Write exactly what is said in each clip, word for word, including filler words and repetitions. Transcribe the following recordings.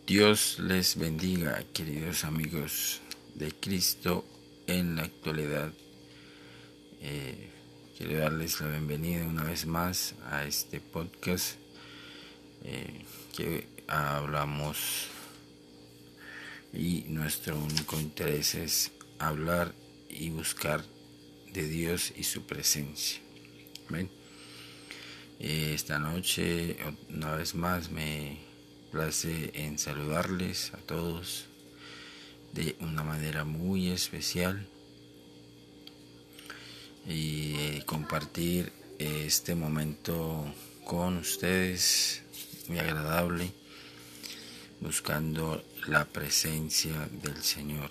Dios les bendiga, queridos amigos de Cristo en la actualidad. Eh, quiero darles la bienvenida una vez más a este podcast eh, que hablamos y nuestro único interés es hablar y buscar de Dios y su presencia. ¿Ven? Eh, esta noche una vez más me place en saludarles a todos de una manera muy especial y eh, compartir este momento con ustedes muy agradable, buscando la presencia del Señor.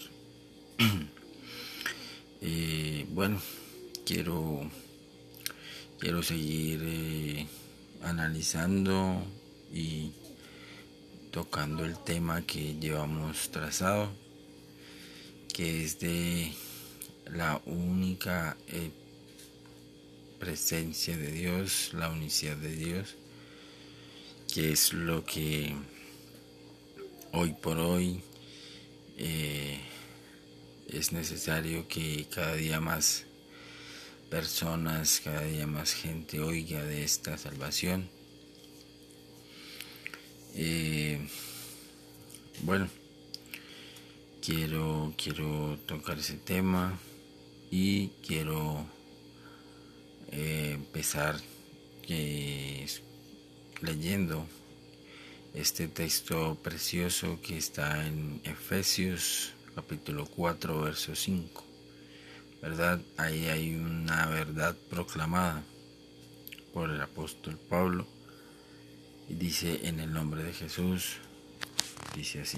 Y bueno, quiero quiero seguir eh, analizando y tocando el tema que llevamos trazado, que es de la única eh, presencia de Dios, la unicidad de Dios, que es lo que hoy por hoy eh, es necesario que cada día más personas, cada día más gente oiga de esta salvación. Eh, bueno, quiero, quiero tocar ese tema y quiero eh, empezar eh, leyendo este texto precioso que está en Efesios capítulo cuatro verso cinco, ¿verdad? Ahí hay una verdad proclamada por el apóstol Pablo y dice: en el nombre de Jesús, dice así: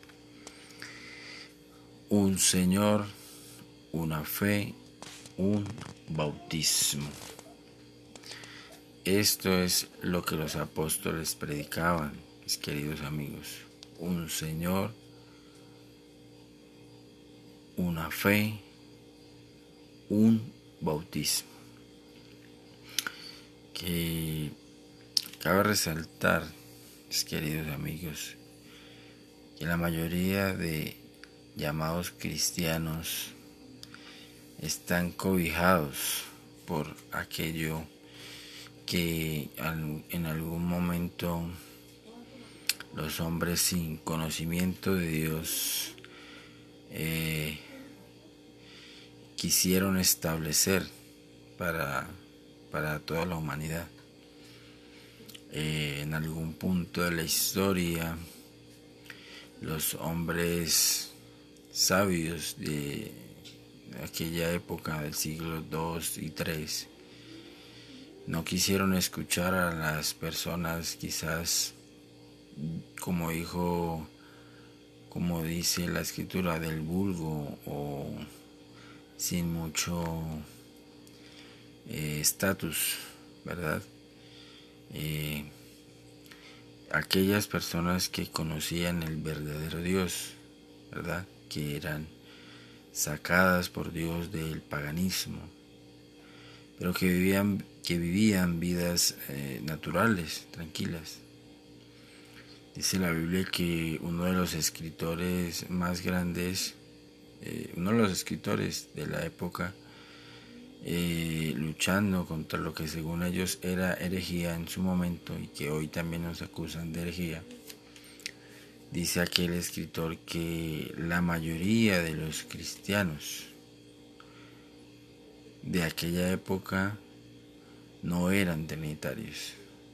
un Señor, una fe, un bautismo. Esto es lo que los apóstoles predicaban, mis queridos amigos. Un Señor, una fe, un bautismo. Que cabe resaltar, mis queridos amigos, que la mayoría de llamados cristianos están cobijados por aquello que en algún momento los hombres sin conocimiento de Dios eh, quisieron establecer para, para toda la humanidad. Eh, en algún punto de la historia, los hombres sabios de aquella época del siglo dos y tres no quisieron escuchar a las personas, quizás como dijo, como dice la escritura, del vulgo o sin mucho estatus, eh, ¿verdad? Eh, aquellas personas que conocían el verdadero Dios, ¿verdad? Que eran sacadas por Dios del paganismo, pero que vivían, que vivían vidas eh, naturales, tranquilas. Dice la Biblia que uno de los escritores más grandes, eh, uno de los escritores de la época, eh, luchando contra lo que según ellos era herejía en su momento y que hoy también nos acusan de herejía, dice aquel escritor que la mayoría de los cristianos de aquella época no eran trinitarios.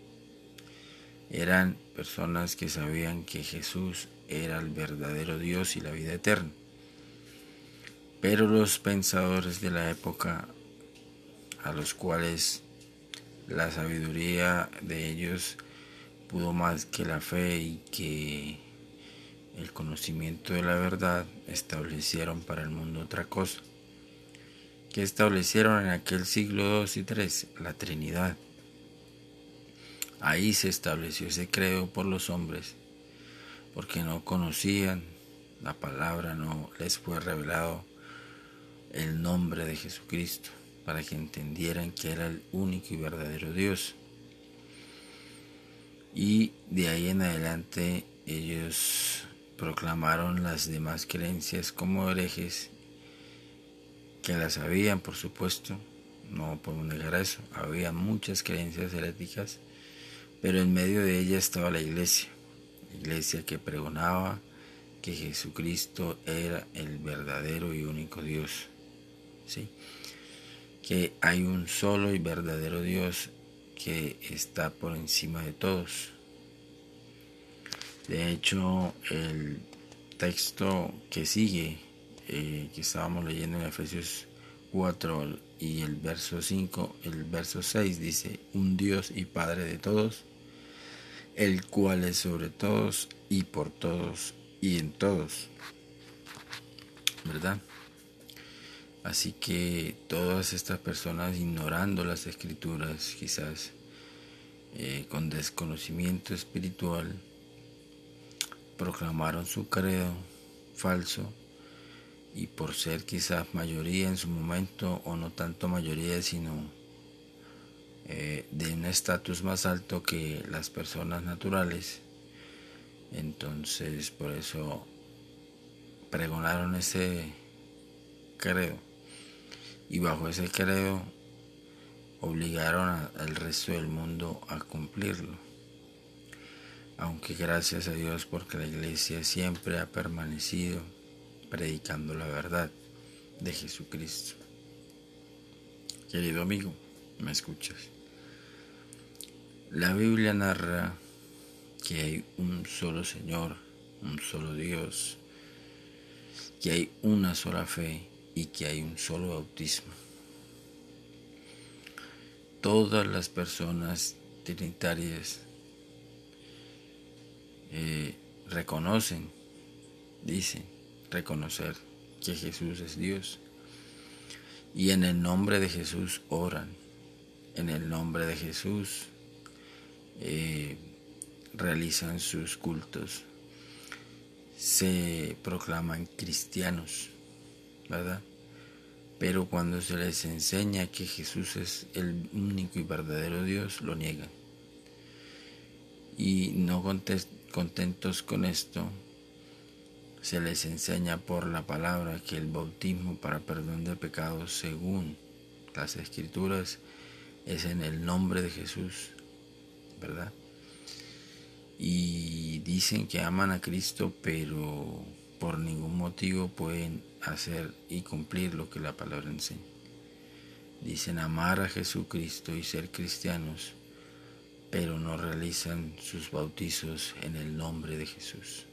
Eran personas que sabían que Jesús era el verdadero Dios y la vida eterna. Pero los pensadores de la época, a los cuales la sabiduría de ellos pudo más que la fe y que el conocimiento de la verdad, establecieron para el mundo otra cosa. ¿Qué establecieron en aquel siglo dos y tres? La Trinidad. Ahí se estableció ese credo por los hombres, porque no conocían la palabra, no les fue revelado el nombre de Jesucristo, para que entendieran que era el único y verdadero Dios. Y de ahí en adelante ellos proclamaron las demás creencias como herejes, que las habían, por supuesto, no podemos negar eso, había muchas creencias heréticas, pero en medio de ellas estaba la iglesia, la iglesia que pregonaba que Jesucristo era el verdadero y único Dios, ¿sí? Que hay un solo y verdadero Dios que está por encima de todos. De hecho, el texto que sigue, eh, que estábamos leyendo en Efesios cuatro y el verso cinco, el verso seis dice: un Dios y Padre de todos, el cual es sobre todos y por todos y en todos, ¿verdad? Así que todas estas personas, ignorando las escrituras, quizás eh, con desconocimiento espiritual, proclamaron su credo falso, y por ser quizás mayoría en su momento, o no tanto mayoría, sino eh, de un estatus más alto que las personas naturales, entonces por eso pregonaron ese credo, y bajo ese credo obligaron a, al resto del mundo a cumplirlo. Aunque gracias a Dios, porque la iglesia siempre ha permanecido predicando la verdad de Jesucristo. Querido amigo, ¿me escuchas? La Biblia narra que hay un solo Señor, un solo Dios, que hay una sola fe y que hay un solo bautismo. Todas las personas trinitarias eh, reconocen, dicen reconocer que Jesús es Dios, y en el nombre de Jesús oran, en el nombre de Jesús eh, realizan sus cultos, se proclaman cristianos, ¿verdad? Pero cuando se les enseña que Jesús es el único y verdadero Dios, lo niegan. Y no contentos con esto, se les enseña por la palabra que el bautismo para perdón de pecados, según las Escrituras, es en el nombre de Jesús, ¿verdad? Y dicen que aman a Cristo, pero por ningún motivo pueden hacer y cumplir lo que la palabra enseña. Dicen amar a Jesucristo y ser cristianos, pero no realizan sus bautizos en el nombre de Jesús.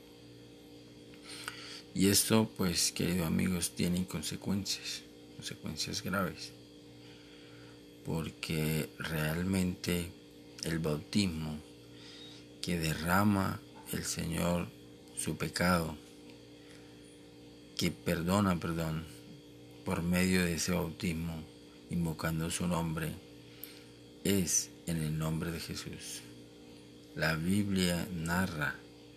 Y esto, pues, queridos amigos, tiene consecuencias, consecuencias graves, porque realmente el bautismo que derrama el Señor su pecado, que perdona, perdón, por medio de ese bautismo, invocando su nombre, es en el nombre de Jesús. La Biblia narra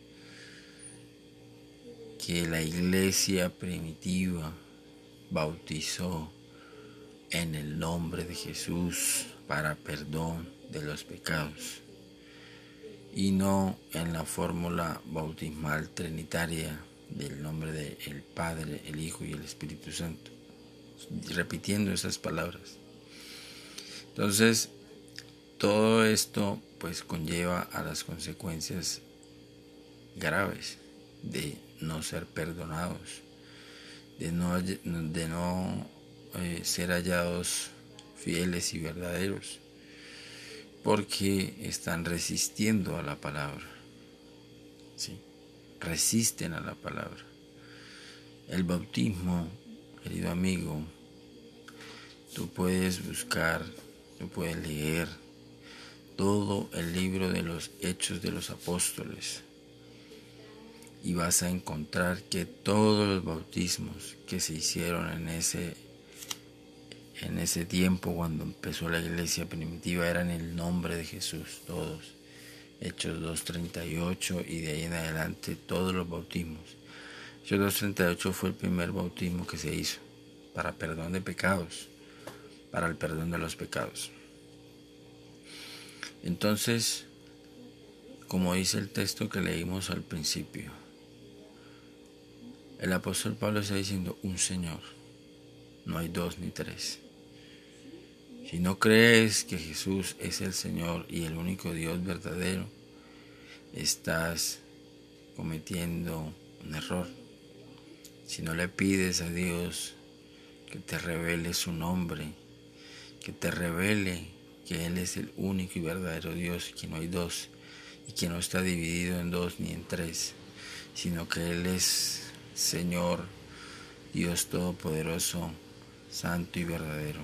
que la iglesia primitiva bautizó en el nombre de Jesús para perdón de los pecados, y no en la fórmula bautismal trinitaria del nombre del Padre, el Hijo y el Espíritu Santo, repitiendo esas palabras. Entonces, todo esto pues conlleva a las consecuencias graves de no ser perdonados, de no, de no eh, ser hallados fieles y verdaderos, porque están resistiendo a la palabra, ¿sí? Resisten a la palabra. El bautismo, querido amigo, tú puedes buscar, tú puedes leer todo el libro de los Hechos de los Apóstoles, y vas a encontrar que todos los bautismos que se hicieron en ese, en ese tiempo, cuando empezó la iglesia primitiva, eran en el nombre de Jesús, todos. Hechos dos treinta y ocho, y de ahí en adelante todos los bautismos. Hechos dos treinta y ocho fue el primer bautismo que se hizo para perdón de pecados, para el perdón de los pecados. Entonces, como dice el texto que leímos al principio. El apóstol Pablo está diciendo un Señor, no hay dos ni tres. Si no crees que Jesús es el Señor y el único Dios verdadero, estás cometiendo un error. Si no le pides a Dios que te revele su nombre, que te revele que Él es el único y verdadero Dios, que no hay dos y que no está dividido en dos ni en tres, sino que Él es Señor, Dios Todopoderoso, Santo y verdadero.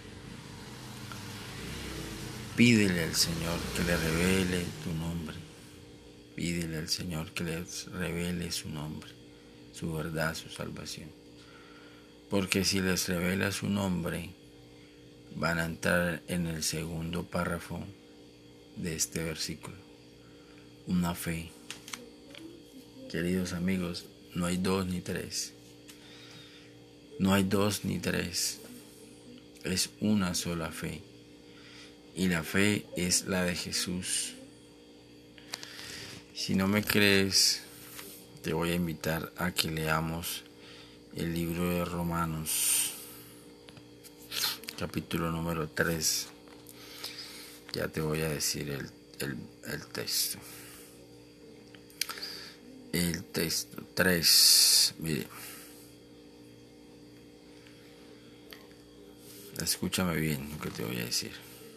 Pídele al Señor que le revele tu nombre. Pídele al Señor que le revele su nombre, su verdad, su salvación. Porque si les revela su nombre, van a entrar en el segundo párrafo de este versículo. Una fe. Queridos amigos, no hay dos ni tres. No hay dos ni tres. Es una sola fe. Y la fe es la de Jesús. Si no me crees, te voy a invitar a que leamos el libro de Romanos, capítulo número tres. Ya te voy a decir el, el, el texto. El texto tres, mire. Escúchame bien lo que te voy a decir.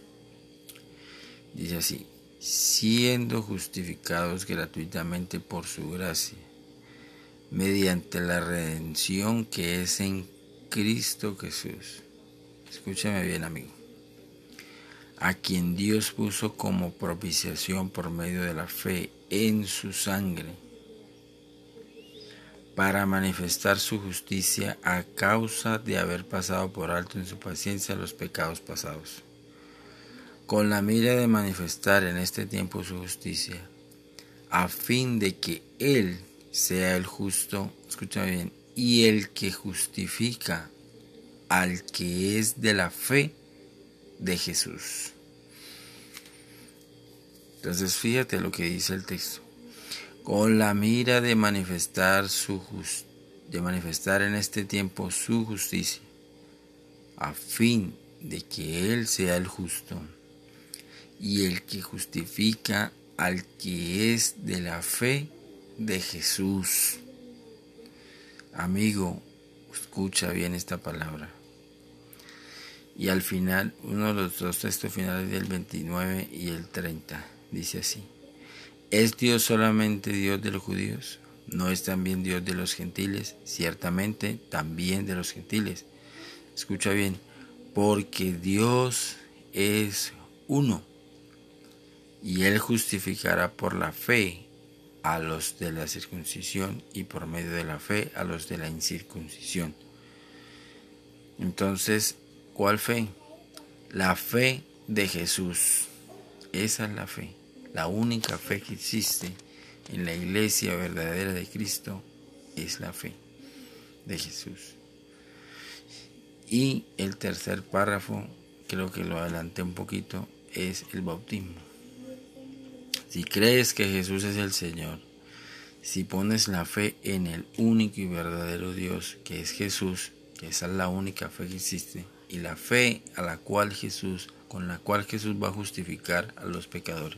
Dice así: siendo justificados gratuitamente por su gracia, mediante la redención que es en Cristo Jesús. Escúchame bien, amigo. A quien Dios puso como propiciación por medio de la fe en su sangre, para manifestar su justicia a causa de haber pasado por alto en su paciencia los pecados pasados, con la mira de manifestar en este tiempo su justicia, a fin de que Él sea el justo, escúchame bien, y el que justifica al que es de la fe de Jesús. Entonces fíjate lo que dice el texto. Con la mira de manifestar su just, de manifestar en este tiempo su justicia, a fin de que Él sea el justo y el que justifica al que es de la fe de Jesús. Amigo, escucha bien esta palabra. Y al final, uno de los dos textos finales del veintinueve y el treinta, dice así: ¿es Dios solamente Dios de los judíos? ¿No es también Dios de los gentiles? Ciertamente también de los gentiles. Escucha bien, porque Dios es uno, y Él justificará por la fe a los de la circuncisión y por medio de la fe a los de la incircuncisión. Entonces, ¿cuál fe? La fe de Jesús. Esa es la fe. La única fe que existe en la iglesia verdadera de Cristo es la fe de Jesús. Y el tercer párrafo, creo que lo adelanté un poquito, es el bautismo. Si crees que Jesús es el Señor, si pones la fe en el único y verdadero Dios, que es Jesús, que esa es la única fe que existe, y la fe a la cual Jesús, con la cual Jesús va a justificar a los pecadores,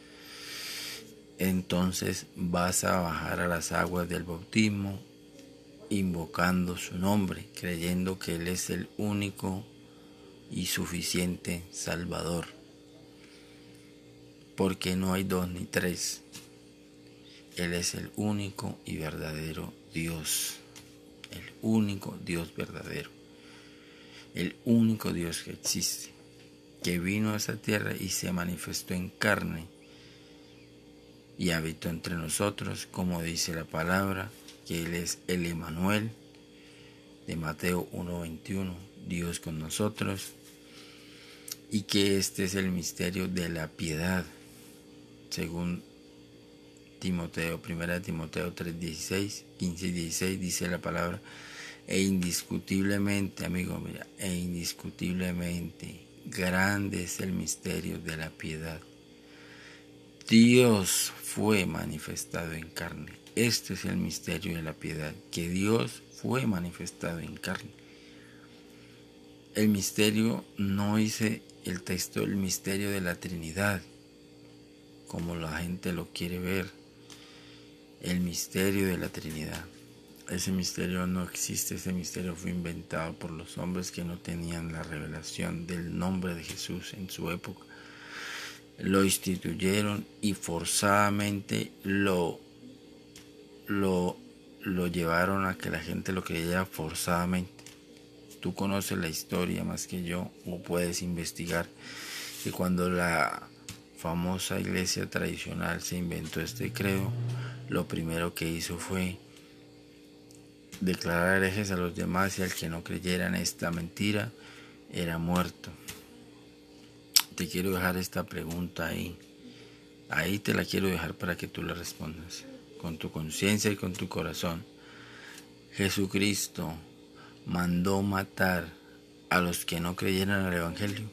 entonces vas a bajar a las aguas del bautismo, invocando su nombre, creyendo que Él es el único y suficiente Salvador. Porque no hay dos ni tres. Él es el único y verdadero Dios. El único Dios verdadero. El único Dios que existe. Que vino a esta tierra y se manifestó en carne. Y habitó entre nosotros, como dice la palabra, que Él es el Emmanuel, de Mateo uno veintiuno, Dios con nosotros. Y que este es el misterio de la piedad. Según Timoteo, primera Timoteo tres dieciséis, quince y dieciséis, dice la palabra: e indiscutiblemente, amigo, mira, e indiscutiblemente grande es el misterio de la piedad. Dios fue manifestado en carne. Este es el misterio de la piedad, que Dios fue manifestado en carne. El misterio no dice el texto, el misterio de la Trinidad, como la gente lo quiere ver. El misterio de la Trinidad. Ese misterio no existe, ese misterio fue inventado por los hombres que no tenían la revelación del nombre de Jesús en su época. Lo instituyeron y forzadamente lo, lo, lo llevaron a que la gente lo creyera forzadamente. Tú conoces la historia más que yo, o puedes investigar que cuando la famosa iglesia tradicional se inventó este credo, lo primero que hizo fue declarar herejes a los demás, y al que no creyera en esta mentira era muerto. Te quiero dejar esta pregunta ahí. Ahí te la quiero dejar para que tú la respondas con tu conciencia y con tu corazón. Jesucristo mandó matar a los que no creyeran al Evangelio.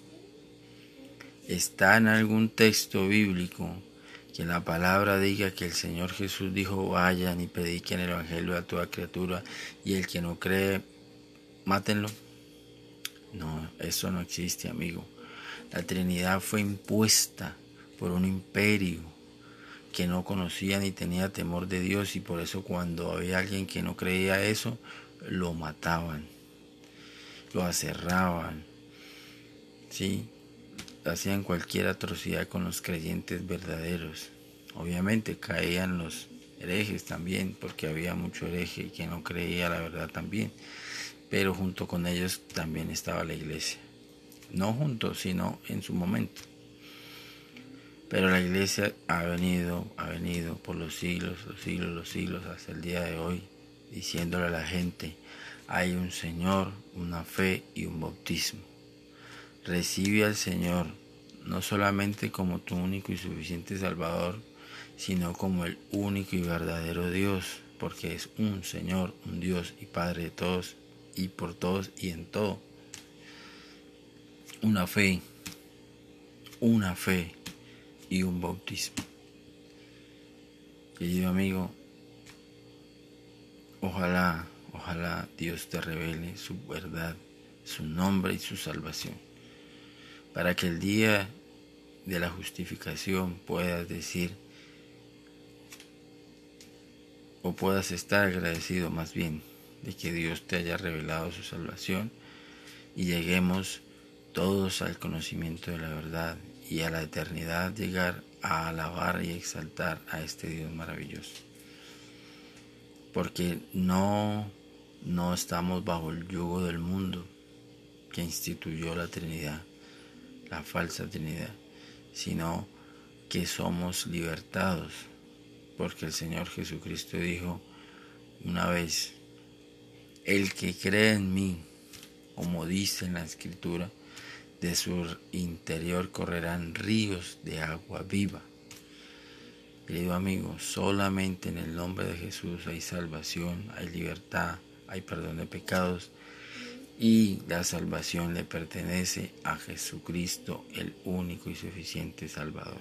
¿Está en algún texto bíblico que en la palabra diga que el Señor Jesús dijo: vayan y prediquen el Evangelio a toda criatura, y el que no cree, mátenlo? No, eso no existe, amigo. La Trinidad fue impuesta por un imperio que no conocía ni tenía temor de Dios, y por eso cuando había alguien que no creía eso, lo mataban, lo aserraban, ¿sí? Hacían cualquier atrocidad con los creyentes verdaderos. Obviamente caían los herejes también, porque había mucho hereje que no creía la verdad también, pero junto con ellos también estaba la iglesia. No juntos, sino en su momento. Pero la iglesia ha venido, ha venido por los siglos, los siglos, los siglos, hasta el día de hoy, diciéndole a la gente: hay un Señor, una fe y un bautismo. Recibe al Señor no solamente como tu único y suficiente Salvador, sino como el único y verdadero Dios, porque es un Señor, un Dios y Padre de todos, y por todos y en todo. Una fe, una fe y un bautismo. Querido amigo, ojalá, ojalá Dios te revele su verdad, su nombre y su salvación, para que el día de la justificación puedas decir, o puedas estar agradecido más bien, de que Dios te haya revelado su salvación, y lleguemos todos al conocimiento de la verdad, y a la eternidad llegar a alabar y exaltar a este Dios maravilloso. Porque no, no estamos bajo el yugo del mundo que instituyó la Trinidad, la falsa Trinidad, sino que somos libertados, porque el Señor Jesucristo dijo una vez: el que cree en mí, como dice en la Escritura, de su interior correrán ríos de agua viva. Querido amigo, solamente en el nombre de Jesús hay salvación, hay libertad, hay perdón de pecados, y la salvación le pertenece a Jesucristo, el único y suficiente Salvador.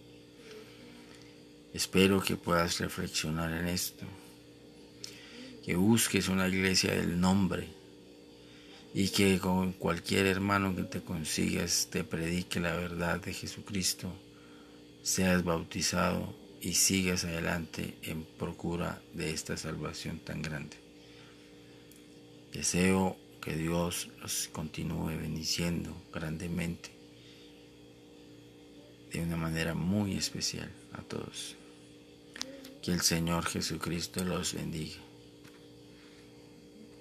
Espero que puedas reflexionar en esto, que busques una iglesia del nombre, y que con cualquier hermano que te consigas te predique la verdad de Jesucristo, seas bautizado y sigas adelante en procura de esta salvación tan grande. Deseo que Dios los continúe bendiciendo grandemente, de una manera muy especial a todos. Que el Señor Jesucristo los bendiga.